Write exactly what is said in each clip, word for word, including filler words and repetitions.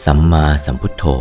สัมมาสัมพุทโธ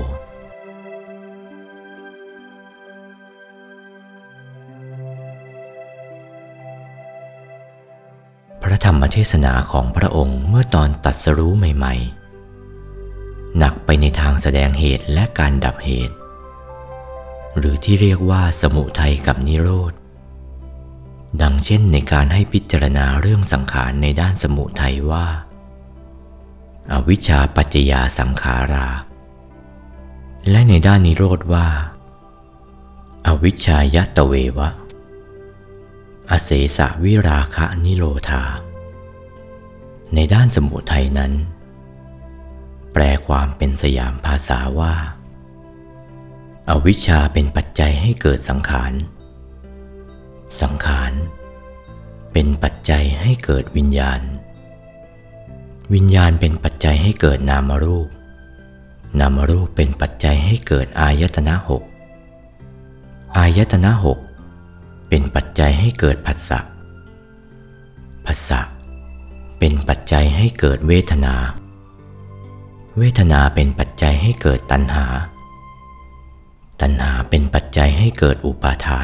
พระธรรมเทศนาของพระองค์เมื่อตอนตรัสรู้ใหม่ๆหนักไปในทางแสดงเหตุและการดับเหตุหรือที่เรียกว่าสมุทัยกับนิโรธดังเช่นในการให้พิจารณาเรื่องสังขารในด้านสมุทัยว่าอวิชชาปัจจยาสังขาราและในด้านนิโรธว่าอวิชชายตเววะอเสสะวิราคะนิโรธาในด้านสมุทัยนั้นแปลความเป็นสยามภาษาว่าอวิชชาเป็นปัจจัยให้เกิดสังขารสังขารเป็นปัจจัยให้เกิดวิญญาณวิญญาณเป็นปัจจัยให้เกิดนามรูปนามรูปเป็นปัจจัยให้เกิดอายตนะหกอายตนะหกเป็นปัจจัยให้เกิดผัสสะผัสสะเป็นปัจจัยให้เกิดเวทนาเวทนาเป็นปัจจัยให้เกิดตัณหาตัณหาเป็นปัจจัยให้เกิดอุปาทาน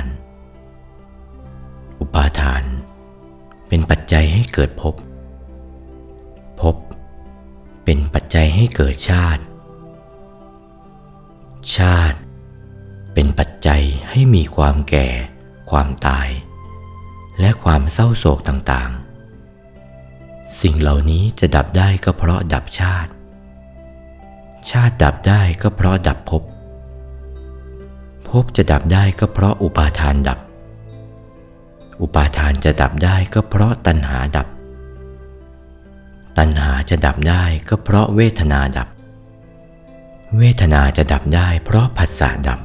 อุปาทานเป็นปัจจัยให้เกิดภพภพเป็นปัจจัยให้เกิดชาติชาติเป็นปัจจัยให้มีความแก่ความตายและความเศร้าโศกต่างๆสิ่งเหล่านี้จะดับได้ก็เพราะดับชาติชาติดับได้ก็เพราะดับภพภพจะดับได้ก็เพราะอุปาทานดับอุปาทานจะดับได้ก็เพราะตัณหาดับตัณหาจะดับได้ก็เพราะเวทนาดับเวทนาจะดับได้เพราะผัสสะดับ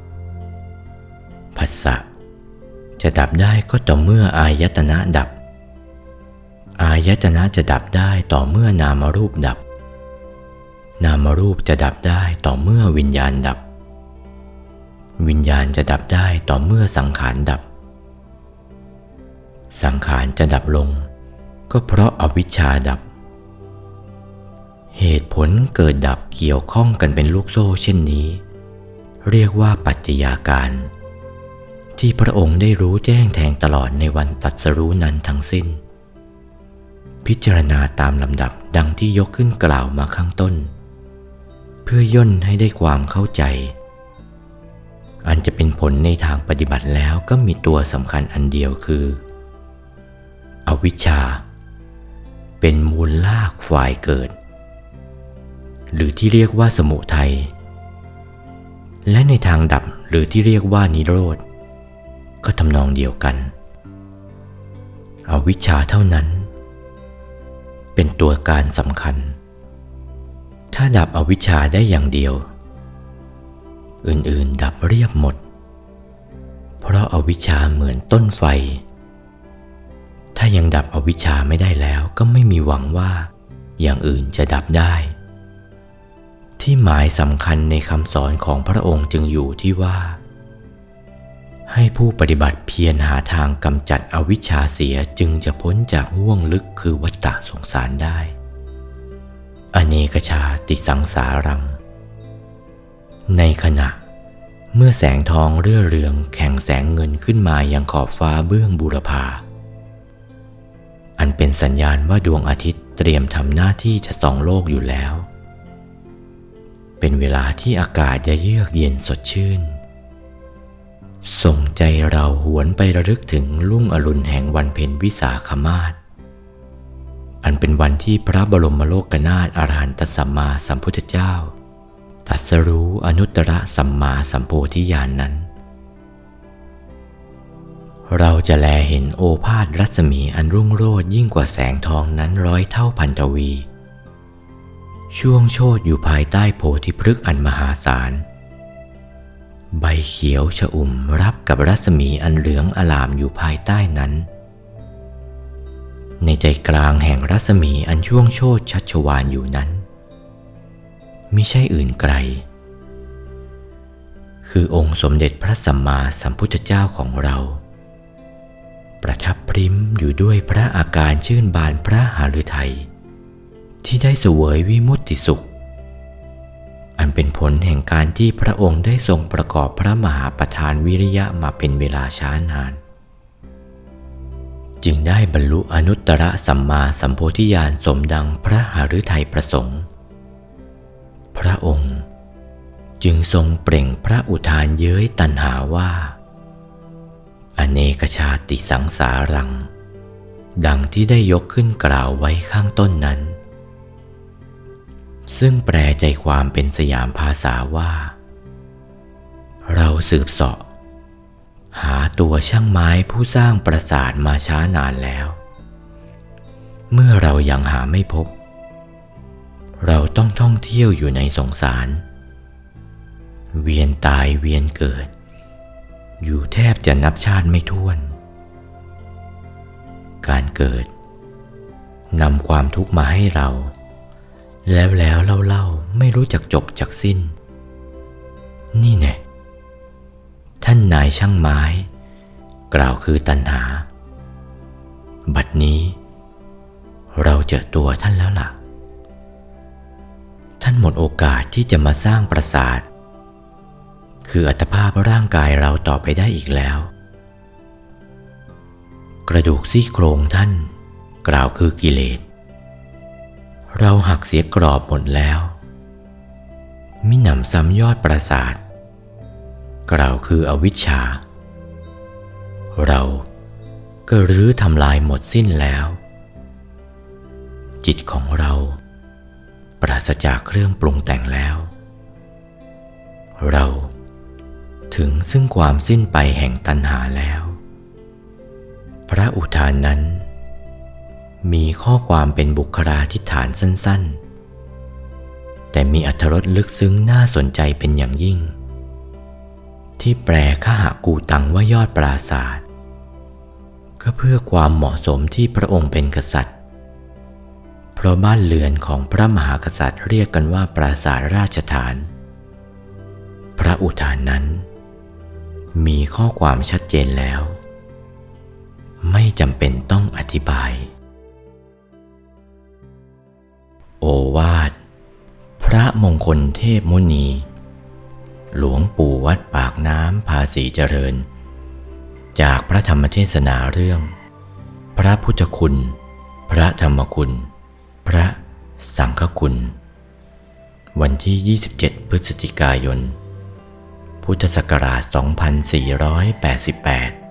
ผัสสะจะดับได้ก็ต่อเมื่ออายตนะดับอายตนะจะดับได้ต่อเมื่อนามรูปดับนามรูปจะดับได้ต่อเมื่อวิญญาณดับวิญญาณจะดับได้ต่อเมื่อสังขารดับสังขารจะดับลงก็เพราะอวิชชาดับเหตุผลเกิดดับเกี่ยวข้องกันเป็นลูกโซ่เช่นนี้เรียกว่าปัจจัยาการที่พระองค์ได้รู้แจ้งแทงตลอดในวันตรัสรู้นั้นทั้งสิ้นพิจารณาตามลำดับดังที่ยกขึ้นกล่าวมาข้างต้นเพื่อย่นให้ได้ความเข้าใจอันจะเป็นผลในทางปฏิบัติแล้วก็มีตัวสำคัญอันเดียวคืออวิชชาเป็นมูลรากฝ่ายเกิดหรือที่เรียกว่าสมุทัยและในทางดับหรือที่เรียกว่านิโรธก็ทำนองเดียวกันอวิชชาเท่านั้นเป็นตัวการสำคัญถ้าดับอวิชชาได้อย่างเดียวอื่นๆดับเรียบหมดเพราะอวิชชาเหมือนต้นไฟถ้ายังดับอวิชชาไม่ได้แล้วก็ไม่มีหวังว่าอย่างอื่นจะดับได้ที่หมายสำคัญในคำสอนของพระองค์จึงอยู่ที่ว่าให้ผู้ปฏิบัติเพียรหาทางกำจัดอวิชชาเสียจึงจะพ้นจากห้วงลึกคือวัฏฏะสงสารได้อเนกชาติสังสารังในขณะเมื่อแสงทองเรื่อเรืองแข่งแสงเงินขึ้นมายังขอบฟ้าเบื้องบูรพาอันเป็นสัญญาณว่าดวงอาทิตย์เตรียมทำหน้าที่จะส่องโลกอยู่แล้วเป็นเวลาที่อากาศจะเยือกเย็นสดชื่นส่งใจเราหวนไประลึกถึงรุ่งอรุณแห่งวันเพ็ญวิสาขมาสอันเป็นวันที่พระบรมโลกนาถอรหันตสัมมาสัมพุทธเจ้าตรัสรู้อนุตตรสัมมาสัมโพธิญาณ น, นั้นเราจะแลเห็นโอภาสรัศมีอันรุ่งโรจน์ยิ่งกว่าแสงทองนั้นร้อยเท่าพันทวีช่วงโชติอยู่ภายใต้โพธิพฤกษ์อันมหาศาลใบเขียวชอุ่มรับกับรัศมีอันเหลืองอลามอยู่ภายใต้นั้นในใจกลางแห่งรัศมีอันช่วงโชติชัชวาลอยู่นั้นมิใช่อื่นไกลคือองค์สมเด็จพระสัมมาสัมพุทธเจ้าของเราประทับพริ้มอยู่ด้วยพระอาการชื่นบานพระหฤทัยที่ได้เสวยวิมุตติสุขเป็นผลแห่งการที่พระองค์ได้ทรงประกอบพระมหาประทานวิริยะมาเป็นเวลาช้านานจึงได้บรรลุอนุตตรสัมมาสัมโพธิญาณสมดังพระหฤทัยประสงค์พระองค์จึงทรงเปล่งพระอุทานเย้ยตัณหาว่าอเนกชาติสังสารังดังที่ได้ยกขึ้นกล่าวไว้ข้างต้นนั้นซึ่งแปลใจความเป็นสยามภาษาว่าเราสืบเสาะหาตัวช่างไม้ผู้สร้างปราสาทมาช้านานแล้วเมื่อเรายังหาไม่พบเราต้องท่องเที่ยวอยู่ในสงสารเวียนตายเวียนเกิดอยู่แทบจะนับชาติไม่ถ้วนการเกิดนำความทุกข์มาให้เราแล้วแล้วเล่าเล่าไม่รู้จักจบจักสิ้นนี่แน่ท่านนายช่างไม้กล่าวคือตัณหาบัดนี้เราเจอตัวท่านแล้วล่ะท่านหมดโอกาสที่จะมาสร้างปราสาทคืออัตภาพร่างกายเราต่อไปได้อีกแล้วกระดูกซี่โครงท่านกล่าวคือกิเลสเราหักเสียกรอบหมดแล้วมิหนำซ้ำยอดปราสาทกล่าวคืออวิชชาเราก็รื้อทำลายหมดสิ้นแล้วจิตของเราปราศจากเครื่องปรุงแต่งแล้วเราถึงซึ่งความสิ้นไปแห่งตัณหาแล้วพระอุทานนั้นมีข้อความเป็นบุคลาธิฐานสั้นๆแต่มีอรรถรสลึกซึ้งน่าสนใจเป็นอย่างยิ่งที่แปลคหกูตังว่ายอดปราสาทก็เพื่อความเหมาะสมที่พระองค์เป็นกษัตริย์เพราะบ้านเรือนของพระมหากษัตริย์เรียกกันว่าปราสาทราชฐานพระอุทานนั้นมีข้อความชัดเจนแล้วไม่จำเป็นต้องอธิบายโอวาทพระมงคลเทพมุนีหลวงปู่วัดปากน้ำภาษีเจริญจากพระธรรมเทศนาเรื่องพระพุทธคุณพระธรรมคุณพระสังฆคุณวันที่ยี่สิบเจ็ดพฤศจิกายนพุทธศักราชสองพันสี่ร้อยแปดสิบแปด